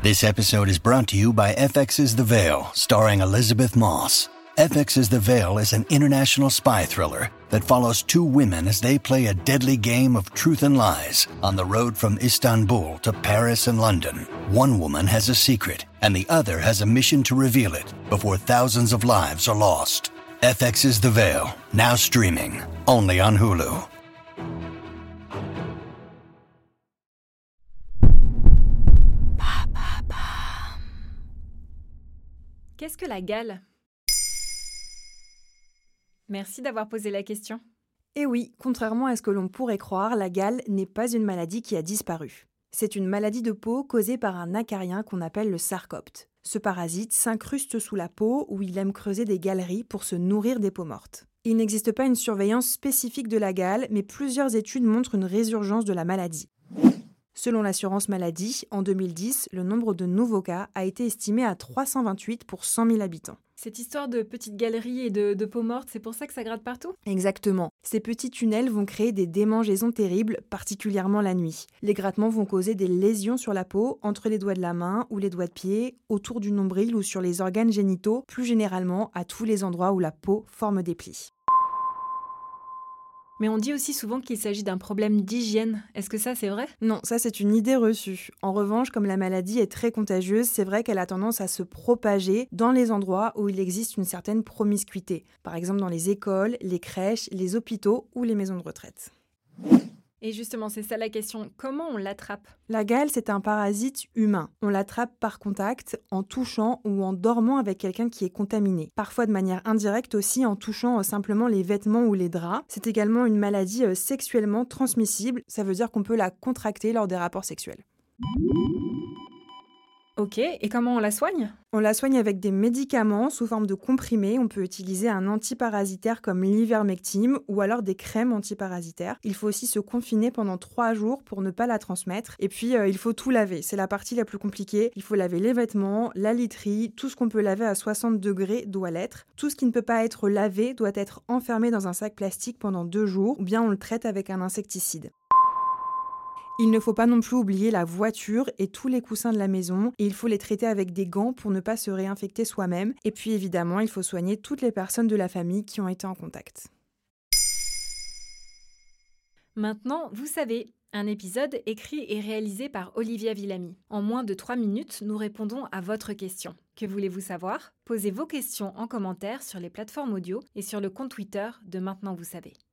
This episode is brought to you by FX's The Veil, starring Elizabeth Moss. FX's The Veil is an international spy thriller that follows two women as they play a deadly game of truth and lies on the road from Istanbul to Paris and London. One woman has a secret, and the other has a mission to reveal it before thousands of lives are lost. FX's The Veil, now streaming, only on Hulu. Qu'est-ce que la gale ? Merci d'avoir posé la question. Et oui, contrairement à ce que l'on pourrait croire, la gale n'est pas une maladie qui a disparu. C'est une maladie de peau causée par un acarien qu'on appelle le sarcopte. Ce parasite s'incruste sous la peau où il aime creuser des galeries pour se nourrir des peaux mortes. Il n'existe pas une surveillance spécifique de la gale, mais plusieurs études montrent une résurgence de la maladie. Selon l'assurance maladie, en 2010, le nombre de nouveaux cas a été estimé à 328 pour 100 000 habitants. Cette histoire de petites galeries et de peau morte, c'est pour ça que ça gratte partout ? Exactement. Ces petits tunnels vont créer des démangeaisons terribles, particulièrement la nuit. Les grattements vont causer des lésions sur la peau, entre les doigts de la main ou les doigts de pied, autour du nombril ou sur les organes génitaux, plus généralement à tous les endroits où la peau forme des plis. Mais on dit aussi souvent qu'il s'agit d'un problème d'hygiène. Est-ce que ça, c'est vrai ? Non, ça c'est une idée reçue. En revanche, comme la maladie est très contagieuse, c'est vrai qu'elle a tendance à se propager dans les endroits où il existe une certaine promiscuité. Par exemple dans les écoles, les crèches, les hôpitaux ou les maisons de retraite. Et justement, c'est ça la question. Comment on l'attrape ? La gale, c'est un parasite humain. On l'attrape par contact, en touchant ou en dormant avec quelqu'un qui est contaminé. Parfois de manière indirecte aussi, en touchant simplement les vêtements ou les draps. C'est également une maladie sexuellement transmissible. Ça veut dire qu'on peut la contracter lors des rapports sexuels. Ok, et comment on la soigne ? On la soigne avec des médicaments sous forme de comprimés. On peut utiliser un antiparasitaire comme l'ivermectine ou alors des crèmes antiparasitaires. Il faut aussi se confiner pendant 3 jours pour ne pas la transmettre. Et puis, il faut tout laver. C'est la partie la plus compliquée. Il faut laver les vêtements, la literie, tout ce qu'on peut laver à 60 degrés doit l'être. Tout ce qui ne peut pas être lavé doit être enfermé dans un sac plastique pendant 2 jours ou bien on le traite avec un insecticide. Il ne faut pas non plus oublier la voiture et tous les coussins de la maison et il faut les traiter avec des gants pour ne pas se réinfecter soi-même. Et puis évidemment, il faut soigner toutes les personnes de la famille qui ont été en contact. Maintenant, vous savez, un épisode écrit et réalisé par Olivia Villamy. En moins de 3 minutes, nous répondons à votre question. Que voulez-vous savoir ? Posez vos questions en commentaire sur les plateformes audio et sur le compte Twitter de Maintenant Vous Savez.